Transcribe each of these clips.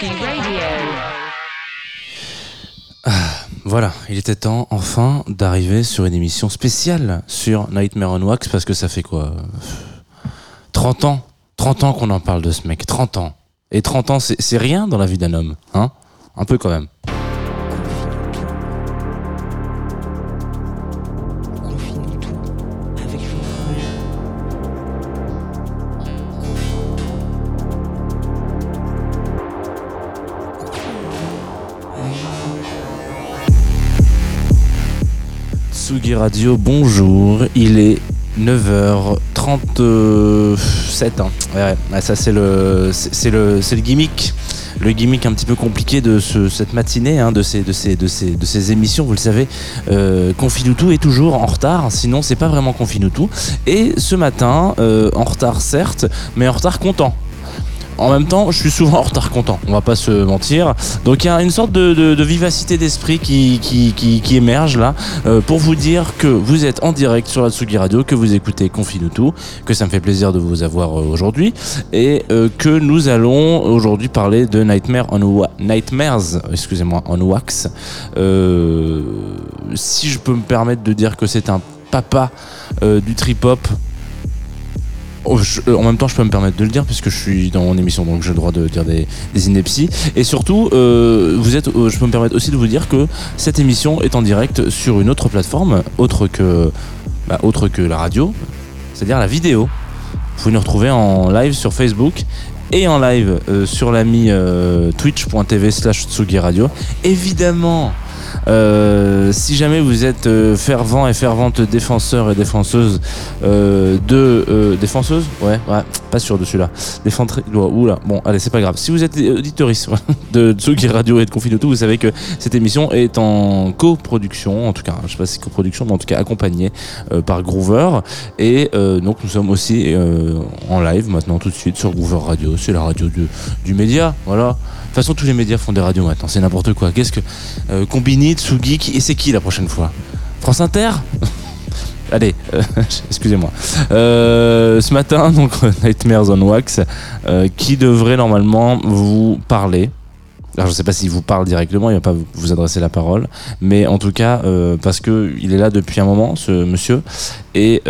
Tsugi Radio. Voilà, il était temps enfin d'arriver sur une émission spéciale sur Nightmare on Wax parce que ça fait quoi 30 ans 30 ans qu'on en parle de ce mec, 30 ans. Et 30 ans, c'est rien dans la vie d'un homme, hein? Un peu quand même. Tsugi Radio, bonjour, il est 9h37. Hein. Ouais, ça c'est le gimmick. Le gimmick un petit peu compliqué de cette matinée, hein, de ces émissions, vous le savez. Confinutu est toujours en retard, sinon c'est pas vraiment Confinutu. Et ce matin, en retard certes, mais en retard content. En même temps, je suis souvent en retard content, on va pas se mentir. Donc il y a une sorte de vivacité d'esprit qui émerge là, pour vous dire que vous êtes en direct sur la Tsugi Radio, que vous écoutez Confinutu, que ça me fait plaisir de vous avoir aujourd'hui, et que nous allons aujourd'hui parler de Nightmares on Wax. Si je peux me permettre de dire que c'est un papa du trip-hop, en même temps je peux me permettre de le dire puisque je suis dans mon émission, donc j'ai le droit de dire des inepties. Et surtout je peux me permettre aussi de vous dire que cette émission est en direct sur une autre plateforme autre que la radio, c'est-à-dire la vidéo. Vous pouvez nous retrouver en live sur Facebook et en live sur l'ami twitch.tv/Tsugi Radio. Évidemment, si jamais vous êtes fervent et fervente défenseur et défenseuse défenseuse, ouais, pas sûr de celui-là. Oula, bon, allez, c'est pas grave. Si vous êtes auditoriste de Tsugi Radio et de Confinutu, vous savez que cette émission est en coproduction, en tout cas, je sais pas si c'est coproduction, mais en tout cas accompagnée par Groover. Et donc nous sommes aussi en live maintenant tout de suite sur Groover Radio. C'est la radio du média, voilà. De toute façon, tous les médias font des radios maintenant, c'est n'importe quoi. Qu'est-ce que Combini, Tsugi, et c'est qui la prochaine fois? France Inter? Allez, excusez-moi. Ce matin, donc Nightmares on Wax, qui devrait normalement vous parler. Alors je sais pas s'il vous parle directement, il va pas vous adresser la parole, mais en tout cas parce que il est là depuis un moment, ce monsieur, et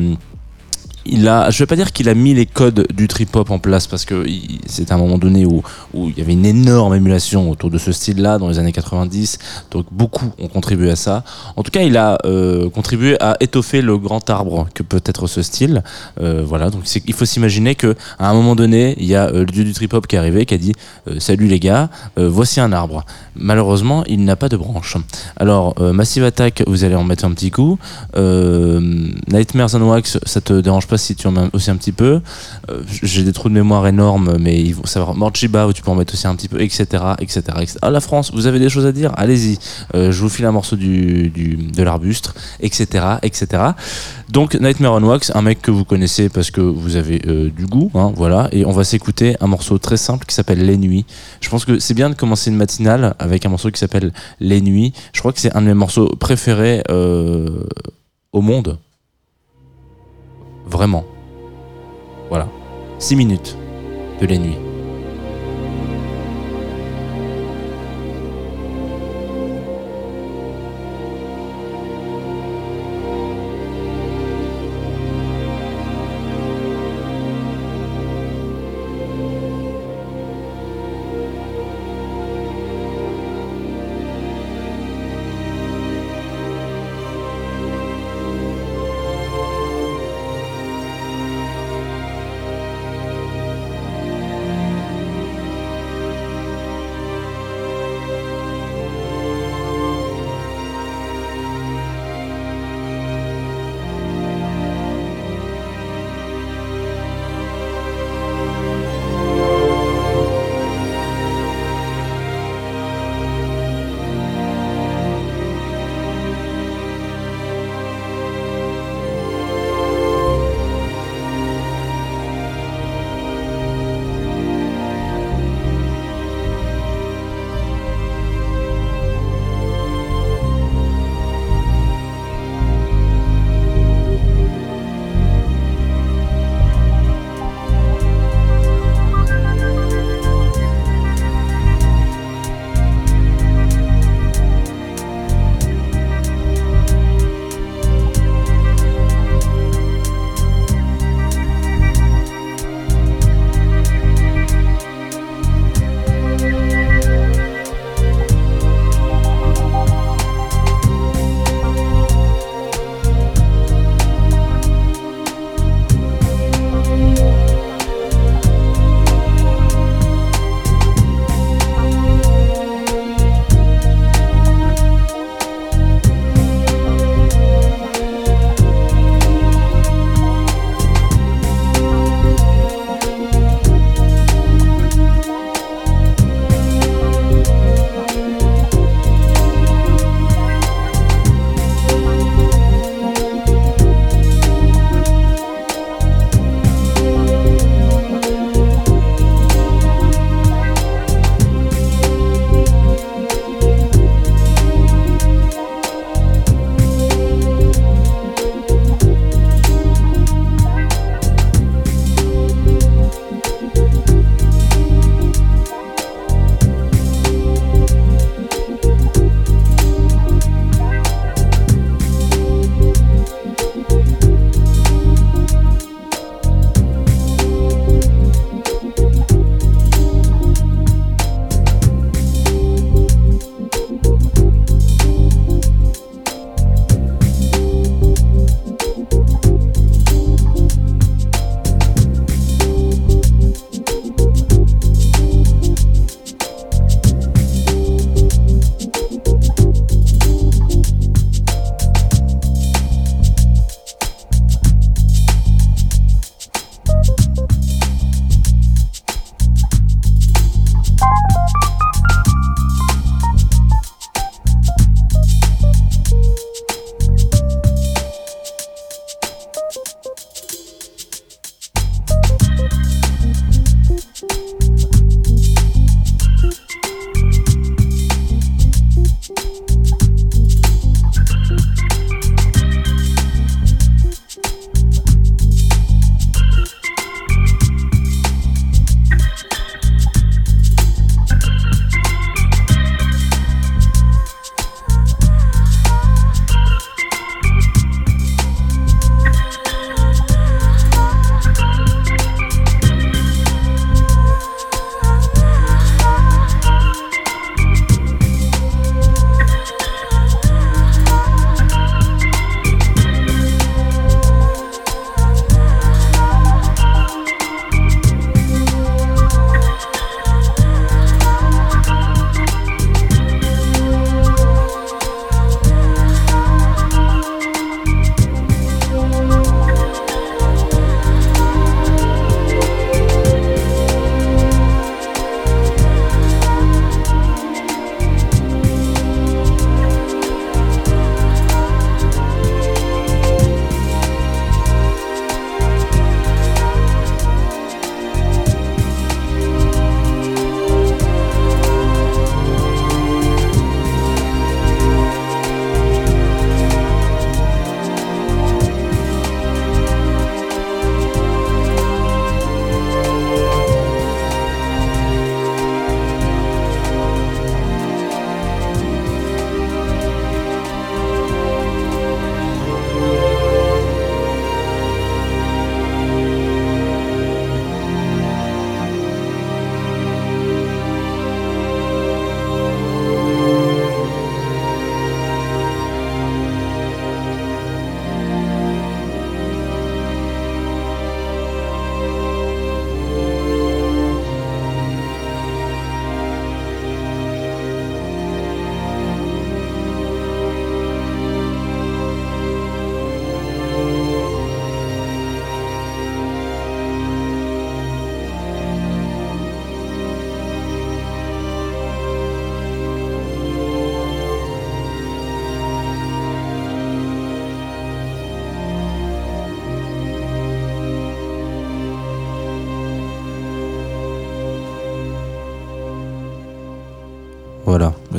je vais pas dire qu'il a mis les codes du trip-hop en place parce que c'est un moment donné où il y avait une énorme émulation autour de ce style-là dans les années 90, donc beaucoup ont contribué à ça. En tout cas, il a contribué à étoffer le grand arbre que peut être ce style. Voilà, donc il faut s'imaginer que à un moment donné, il y a le dieu du trip-hop qui est arrivé, qui a dit salut les gars, voici un arbre. Malheureusement, il n'a pas de branche. Alors Massive Attack, vous allez en mettre un petit coup. Nightmares on Wax, ça te dérange pas si tu en mets aussi un petit peu. J'ai des trous de mémoire énormes, mais il faut savoir. Morjiba, où tu peux en mettre aussi un petit peu, etc. Ah, la France, vous avez des choses à dire? Allez-y. Je vous file un morceau de l'arbuste, etc. Donc Nightmare on Wax, un mec que vous connaissez parce que vous avez du goût, hein, voilà. Et on va s'écouter un morceau très simple qui s'appelle Les Nuits. Je pense que c'est bien de commencer une matinale avec un morceau qui s'appelle Les Nuits. Je crois que c'est un de mes morceaux préférés au monde. Vraiment. Voilà. 6 minutes de Les Nuits.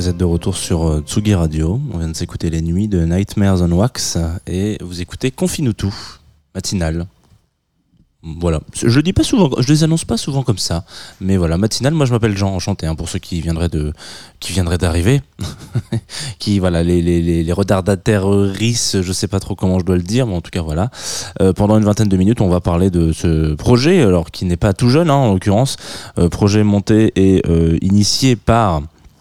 Vous êtes de retour sur Tsugi Radio. On vient de s'écouter Les Nuits de Nightmares on Wax et vous écoutez Confine-nous tout, matinale. Voilà, je le dis pas souvent, je les annonce pas souvent comme ça, mais voilà, matinale. Moi je m'appelle Jean, enchanté, pour ceux qui viendraient d'arriver, qui voilà, les retardataires je sais pas trop comment je dois le dire, mais en tout cas voilà. Pendant une vingtaine de minutes, on va parler de ce projet, alors qui n'est pas tout jeune, en l'occurrence, projet monté et initié par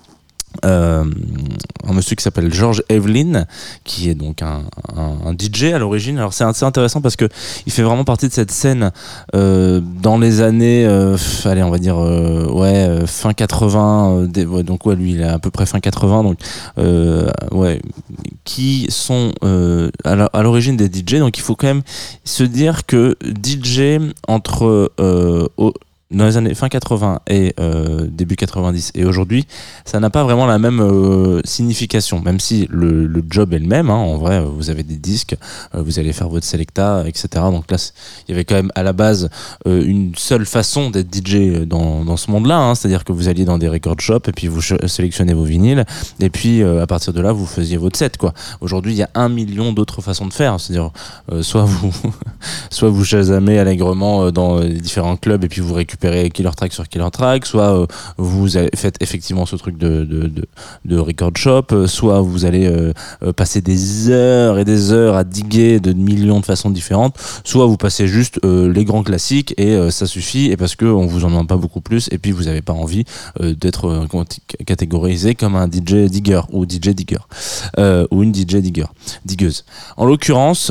un monsieur qui s'appelle George Evelyn, qui est donc un DJ à l'origine. Alors c'est assez intéressant parce que il fait vraiment partie de cette scène dans les années allez, on va dire fin 80, donc ouais, lui il est à peu près fin 80, donc ouais, qui sont à l'origine des DJ. Donc il faut quand même se dire que DJ entre dans les années fin 80 et début 90 et aujourd'hui, ça n'a pas vraiment la même signification, même si le job est le même, en vrai. Vous avez des disques, vous allez faire votre selecta, etc. Donc là, il y avait quand même à la base une seule façon d'être DJ dans ce monde-là, c'est-à-dire que vous alliez dans des record shops et puis vous sélectionnez vos vinyles et puis à partir de là, vous faisiez votre set, quoi. Aujourd'hui, il y a 1 million d'autres façons de faire, c'est-à-dire soit vous chasamez allègrement dans les différents clubs et puis vous récupérez Killer Track sur Killer Track, soit vous faites effectivement ce truc de record shop, soit vous allez passer des heures et des heures à diguer de millions de façons différentes, soit vous passez juste les grands classiques et ça suffit, et parce que on vous en demande pas beaucoup plus et puis vous avez pas envie d'être catégorisé comme un DJ digger ou DJ digger ou une DJ digueuse. En l'occurrence,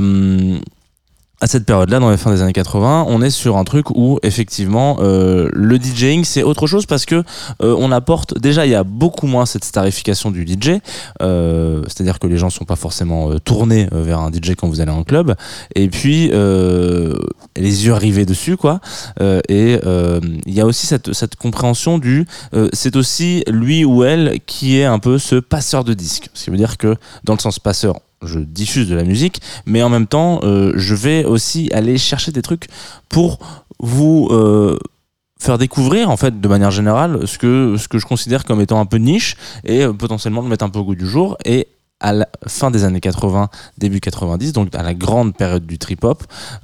à cette période-là, dans les fins des années 80, on est sur un truc où effectivement le DJing c'est autre chose, parce que on apporte, déjà il y a beaucoup moins cette starification du DJ, c'est-à-dire que les gens sont pas forcément tournés vers un DJ quand vous allez en club, et puis les yeux arrivés dessus, quoi. Et il y a aussi cette compréhension c'est aussi lui ou elle qui est un peu ce passeur de disques, ce qui veut dire que dans le sens passeur, je diffuse de la musique, mais en même temps, je vais aussi aller chercher des trucs pour vous faire découvrir, en fait, de manière générale, ce que je considère comme étant un peu niche et potentiellement de mettre un peu au goût du jour. Et à la fin des années 80, début 90, donc à la grande période du trip-hop,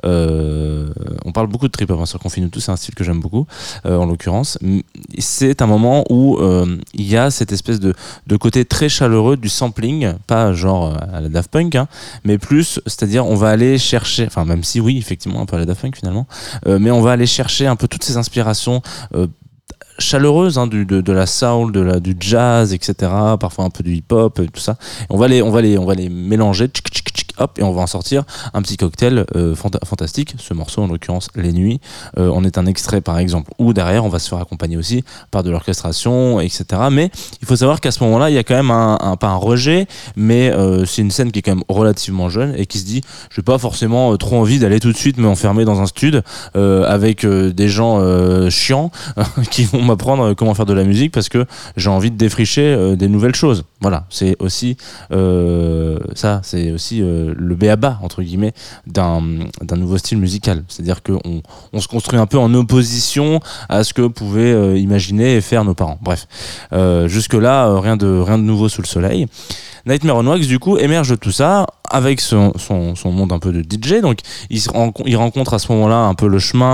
on parle beaucoup de trip-hop sur Confine-nous tout, c'est un style que j'aime beaucoup, en l'occurrence. C'est un moment où il y a cette espèce de côté très chaleureux du sampling, pas genre à la Daft Punk, mais plus, c'est-à-dire on va aller chercher, enfin même si oui, effectivement un peu à la Daft Punk finalement, mais on va aller chercher un peu toutes ces inspirations chaleureuse, de la soul, du jazz, etc. Parfois un peu du hip-hop, tout ça. On va les mélanger, hop, et on va en sortir un petit cocktail fantastique. Ce morceau, en l'occurrence, Les Nuits, en est un extrait, par exemple. Ou derrière, on va se faire accompagner aussi par de l'orchestration, etc. Mais il faut savoir qu'à ce moment-là, il y a quand même pas un rejet, mais c'est une scène qui est quand même relativement jeune et qui se dit, j'ai pas forcément trop envie d'aller tout de suite m'enfermer dans un stud avec des gens chiants qui vont m'apprendre comment faire de la musique, parce que j'ai envie de défricher des nouvelles choses. Voilà, c'est aussi ça, c'est aussi le b.a.-ba entre guillemets d'un nouveau style musical. C'est-à-dire qu'on se construit un peu en opposition à ce que pouvaient imaginer et faire nos parents. Bref, jusque-là, rien de nouveau sous le soleil. Nightmare on Wax, du coup, émerge de tout ça avec son monde un peu de DJ. Donc, il rencontre à ce moment-là un peu le chemin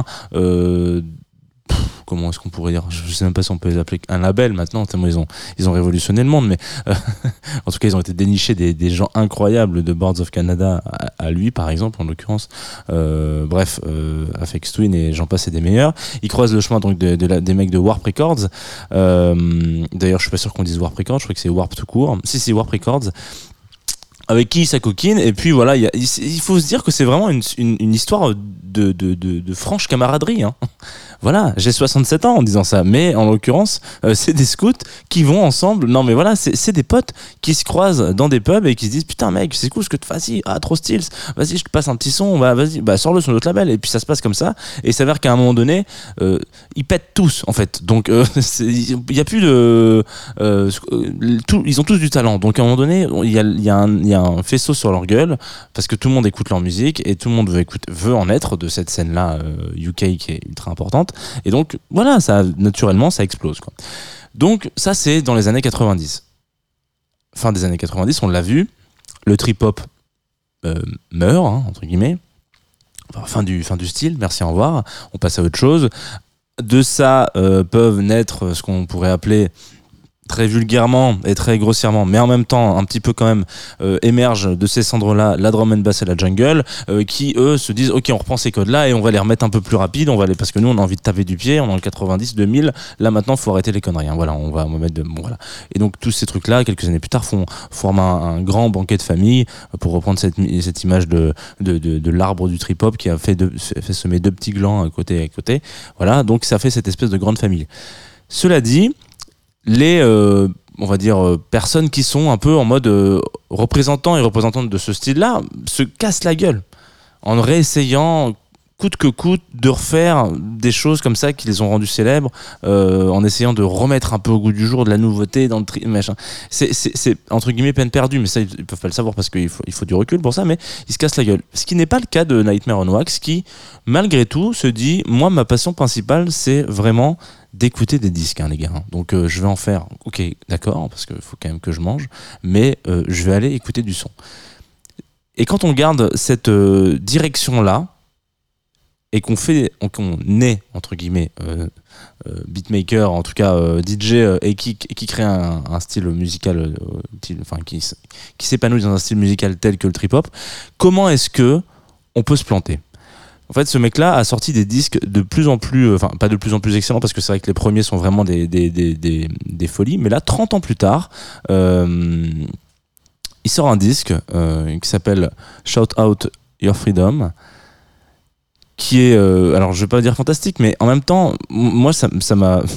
comment est-ce qu'on pourrait dire, je sais même pas si on peut les appeler un label maintenant, tellement ils ont révolutionné le monde, mais en tout cas ils ont été dénichés des gens incroyables de Boards of Canada à lui par exemple, en l'occurrence, bref, Aphex Twin et j'en passe, et des meilleurs. Ils croisent le chemin donc des mecs de Warp Records, d'ailleurs je suis pas sûr qu'on dise Warp Records, je crois que c'est Warp tout court, si Warp Records, avec qui il s'acoquine. Et puis voilà, il faut se dire que c'est vraiment une histoire de franche camaraderie, Voilà, j'ai 67 ans en disant ça, mais en l'occurrence, c'est des scouts qui vont ensemble. Non mais voilà, c'est des potes qui se croisent dans des pubs et qui se disent, putain mec, c'est cool ce que tu fais, trop style, vas-y je te passe un petit son, vas-y, sors-le sur notre label. Et puis ça se passe comme ça, et il s'avère qu'à un moment donné, ils pètent tous en fait. Donc il y a plus de ils ont tous du talent. Donc à un moment donné, il y a un faisceau sur leur gueule, parce que tout le monde écoute leur musique et tout le monde veut en être de cette scène là UK qui est ultra importante. Et donc voilà, ça naturellement ça explose, quoi. Donc ça c'est dans les années 90. fin des années 90, on l'a vu, le trip-hop meurt, hein, entre guillemets. Fin du style, merci, au revoir. On passe à autre chose. De ça peuvent naître ce qu'on pourrait appeler très vulgairement et très grossièrement, mais en même temps un petit peu quand même émerge de ces cendres-là la drum and bass et la jungle, qui eux se disent ok, on reprend ces codes-là et on va les remettre un peu plus rapide, parce que nous on a envie de taper du pied, on est en 90, 2000, là maintenant faut arrêter les conneries, hein, voilà, on va mettre voilà. Et donc tous ces trucs-là, quelques années plus tard, forment un grand banquet de famille, pour reprendre cette image de l'arbre du trip-hop qui a fait semer deux petits glands côté à côté, voilà, donc ça fait cette espèce de grande famille. Cela dit, les on va dire personnes qui sont un peu en mode représentants et représentantes de ce style-là se cassent la gueule en réessayant coûte que coûte de refaire des choses comme ça qui les ont rendus célèbres, en essayant de remettre un peu au goût du jour de la nouveauté dans le machin. C'est entre guillemets peine perdue, mais ça ils peuvent pas le savoir parce qu'il faut du recul pour ça, mais ils se cassent la gueule. Ce qui n'est pas le cas de Nightmare on Wax, qui malgré tout se dit moi ma passion principale c'est vraiment d'écouter des disques, hein, les gars. Donc je vais en faire, ok, d'accord, parce qu'il faut quand même que je mange, mais je vais aller écouter du son. Et quand on garde cette direction-là, et qu'on est, entre guillemets, beatmaker, en tout cas DJ, et qui crée un style musical, qui s'épanouit dans un style musical tel que le trip-hop, comment est-ce que on peut se planter ? En fait, ce mec-là a sorti des disques de plus en plus, pas de plus en plus excellents, parce que c'est vrai que les premiers sont vraiment des folies, mais là, 30 ans plus tard, il sort un disque qui s'appelle Shout Out Your Freedom, qui est, alors je vais pas dire fantastique, mais en même temps, moi ça me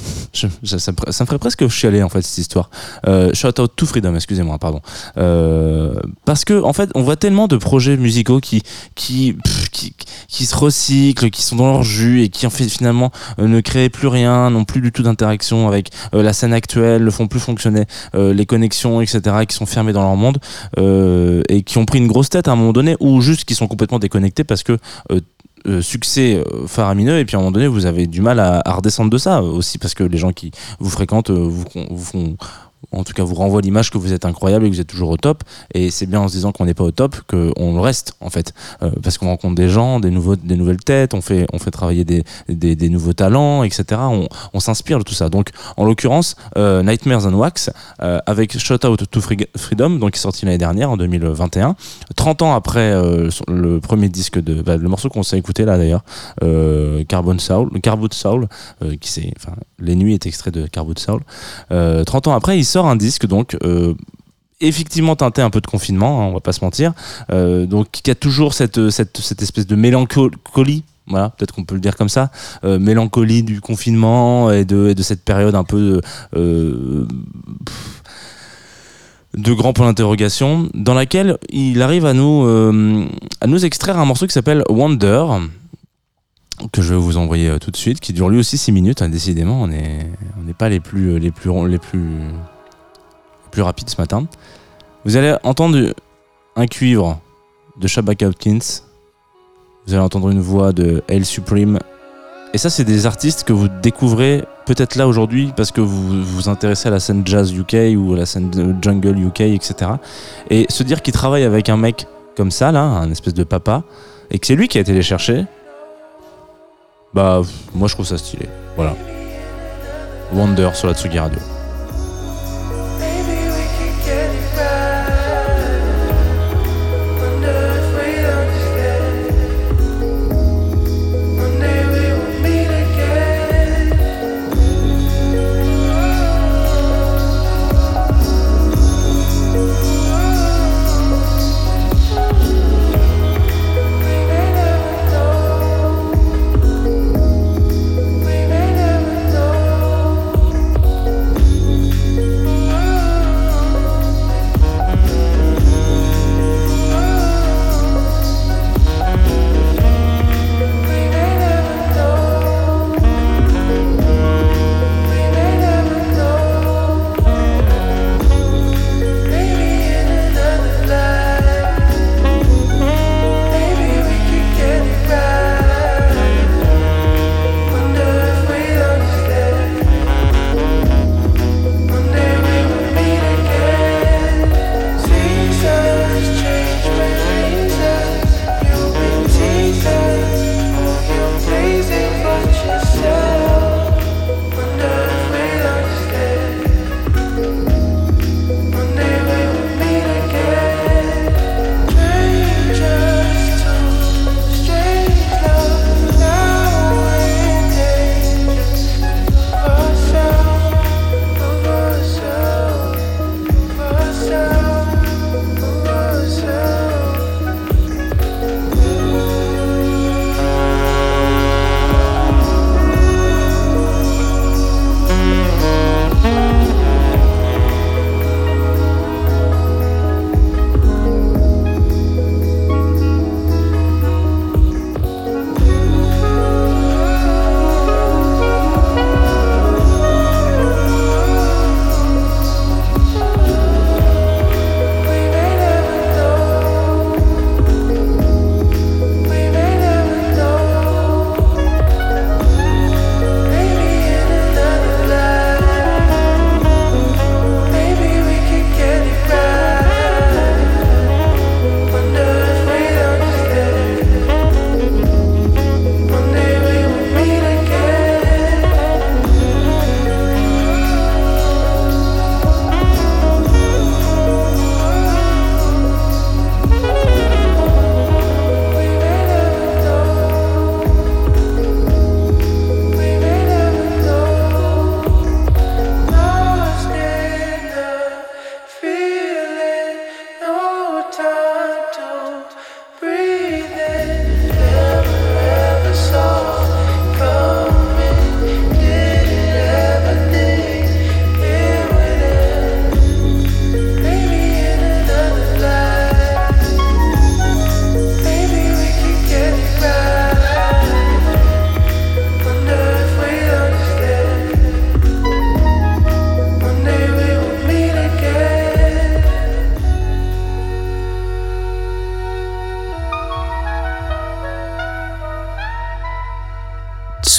ferait presque chialer en fait cette histoire. Shout Out to Freedom, excusez-moi, pardon. Parce que en fait, on voit tellement de projets musicaux qui se recyclent, qui sont dans leur jus et qui en fait finalement ne créent plus rien, n'ont plus du tout d'interaction avec la scène actuelle, ne font plus fonctionner les connexions, etc., qui sont fermées dans leur monde, et qui ont pris une grosse tête à un moment donné, ou juste qui sont complètement déconnectés parce que succès faramineux, et puis à un moment donné vous avez du mal à redescendre de ça aussi, parce que les gens qui vous fréquentent vous font, en tout cas vous renvoient l'image que vous êtes incroyable et que vous êtes toujours au top, et c'est bien en se disant qu'on n'est pas au top qu'on le reste en fait, parce qu'on rencontre des gens, des nouvelles têtes, on fait travailler des nouveaux talents, etc. On s'inspire de tout ça. Donc en l'occurrence Nightmares on Wax, avec Shout Out to Freedom, donc qui est sorti l'année dernière en 2021, 30 ans après le premier disque le morceau qu'on s'est écouté là d'ailleurs, Carboot Soul, Les Nuits est extrait de Carboot Soul. 30 ans après, il sort un disque donc effectivement teinté un peu de confinement, hein, on va pas se mentir, donc qui a toujours cette espèce de mélancolie, voilà, peut-être qu'on peut le dire comme ça, mélancolie du confinement et de cette période un peu de grands points d'interrogation, dans laquelle il arrive à nous extraire un morceau qui s'appelle Wonder, que je vais vous envoyer tout de suite, qui dure lui aussi 6 minutes, hein, décidément on n'est pas les plus rapides ce matin. Vous allez entendre un cuivre de Shabaka Hawkins, vous allez entendre une voix de Hail Supreme, et ça c'est des artistes que vous découvrez peut-être là aujourd'hui parce que vous vous intéressez à la scène jazz UK ou à la scène jungle UK, etc. Et se dire qu'il travaille avec un mec comme ça là, un espèce de papa, et que c'est lui qui a été les chercher, bah moi je trouve ça stylé. Voilà, Wonder sur la Tsugi Radio.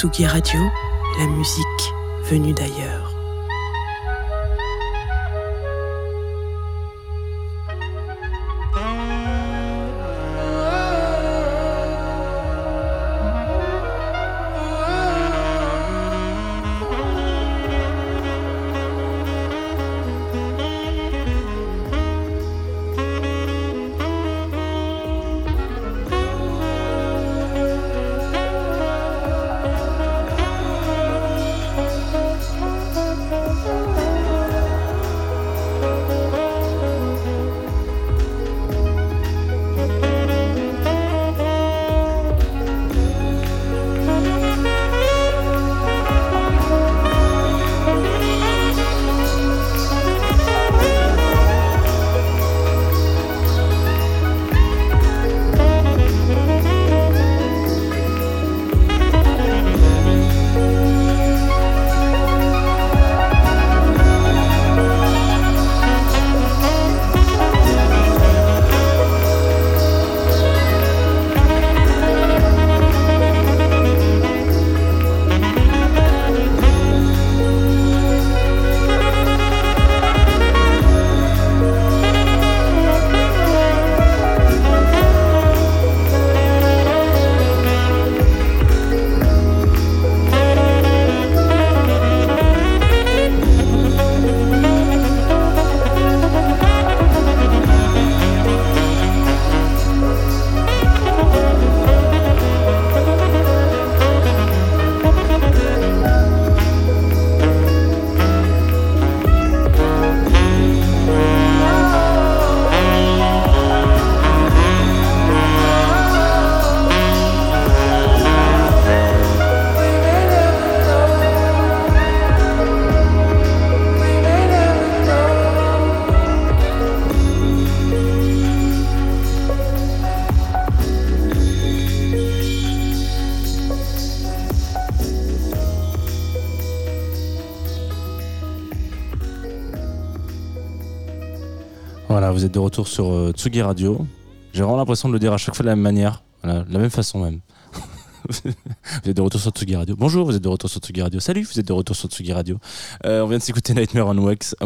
Tsugi Radio, la musique venue d'ailleurs. Voilà, vous êtes de retour sur Tsugi Radio. J'ai vraiment l'impression de le dire à chaque fois de la même manière, voilà, de la même façon même. Vous êtes de retour sur Tsugi Radio. Bonjour, vous êtes de retour sur Tsugi Radio. Salut, vous êtes de retour sur Tsugi Radio. On vient de s'écouter Nightmares on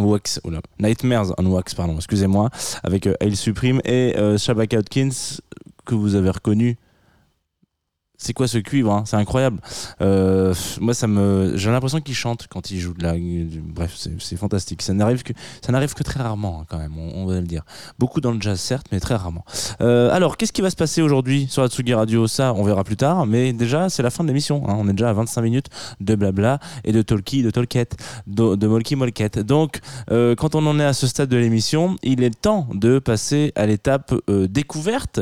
Wax, pardon, excusez-moi, avec Hail Supreme et Shabaka Hawkins, que vous avez reconnu. C'est quoi ce cuivre, hein, c'est incroyable. Moi, j'ai l'impression qu'il chante quand il joue de la. Bref, c'est fantastique. Ça n'arrive que très rarement, hein, quand même. On va le dire. Beaucoup dans le jazz, certes, mais très rarement. Alors, qu'est-ce qui va se passer aujourd'hui sur la Tsugi Radio? Ça, on verra plus tard. Mais déjà, c'est la fin de l'émission. Hein. On est déjà à 25 minutes de blabla et de talkie, de talkette, de molky molkette. Donc, quand on en est à ce stade de l'émission, il est temps de passer à l'étape découverte.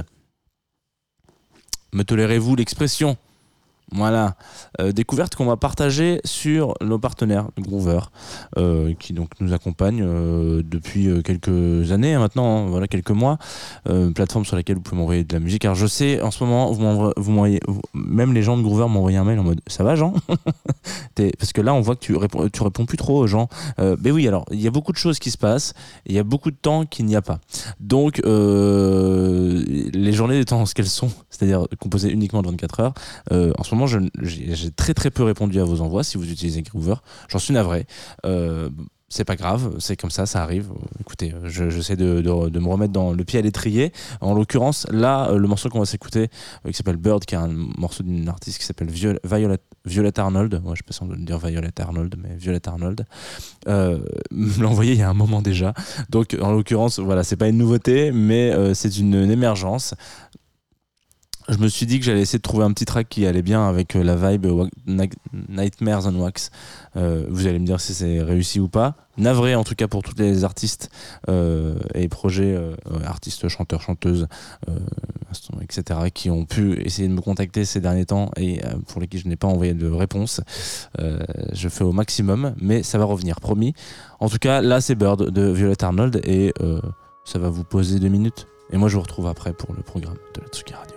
Me tolérez-vous l'expression? Voilà, découverte qu'on va partager sur nos partenaires Groover, qui donc nous accompagnent depuis quelques années, hein, maintenant, hein, voilà, quelques mois. Plateforme sur laquelle vous pouvez m'envoyer de la musique. Alors je sais, en ce moment, vous m'envoyez, même les gens de Groover m'ont envoyé un mail en mode ça va, Jean? Parce que là, on voit que tu réponds plus trop aux gens. Mais oui, alors il y a beaucoup de choses qui se passent, et il y a beaucoup de temps qu'il n'y a pas. Donc les journées étant ce qu'elles sont, c'est-à-dire composées uniquement de 24 heures, en ce moment j'ai très très peu répondu à vos envois si vous utilisez Groover. J'en suis navré. C'est pas grave, c'est comme ça arrive. Écoutez, j'essaie de me remettre dans le pied à l'étrier. En l'occurrence, là, le morceau qu'on va s'écouter, qui s'appelle Bird, qui est un morceau d'une artiste qui s'appelle Violet Arnold. Ouais, je sais pas si on doit dire Violet Arnold, mais Violet Arnold. Me l'a envoyé il y a un moment déjà. Donc, en l'occurrence, voilà, c'est pas une nouveauté, mais c'est une émergence. Je me suis dit que j'allais essayer de trouver un petit track qui allait bien avec la vibe Nightmares on Wax. Vous allez me dire si c'est réussi ou pas. Navré en tout cas pour tous les artistes et projets, artistes, chanteurs, chanteuses, etc. qui ont pu essayer de me contacter ces derniers temps et pour lesquels je n'ai pas envoyé de réponse. Je fais au maximum, mais ça va revenir, promis. En tout cas, là c'est Bird de Violet Arnold et ça va vous poser 2 minutes. Et moi je vous retrouve après pour le programme de la Tsugi Radio.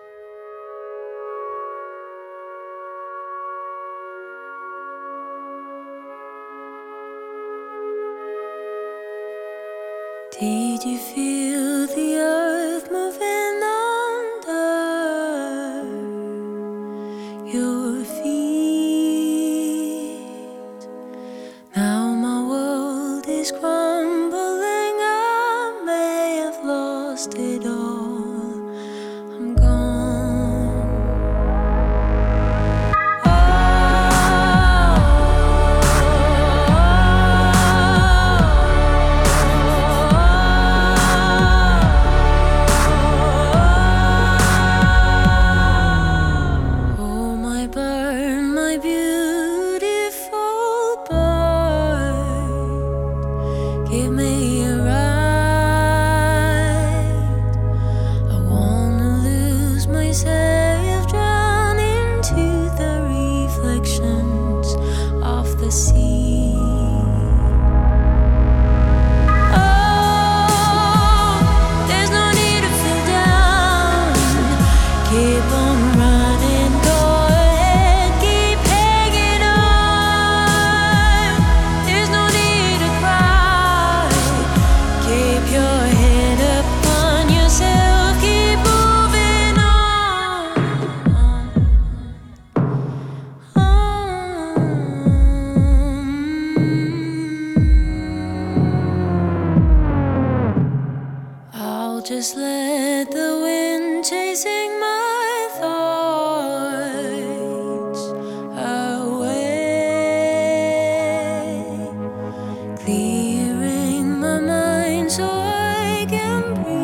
Did you feel the earth moving under your feet? lost it all. I'm gone. Oh, my bird, my beautiful bird, give me a ride. I wanna lose myself, drown into the reflections of the sea. Oh, there's no need to feel down. Keep on running, go ahead, keep hanging on. There's no need to cry. Keep your head up on yourself, keep moving on. I'll just let the wind chasing my thoughts away, clearing my mind so I can breathe.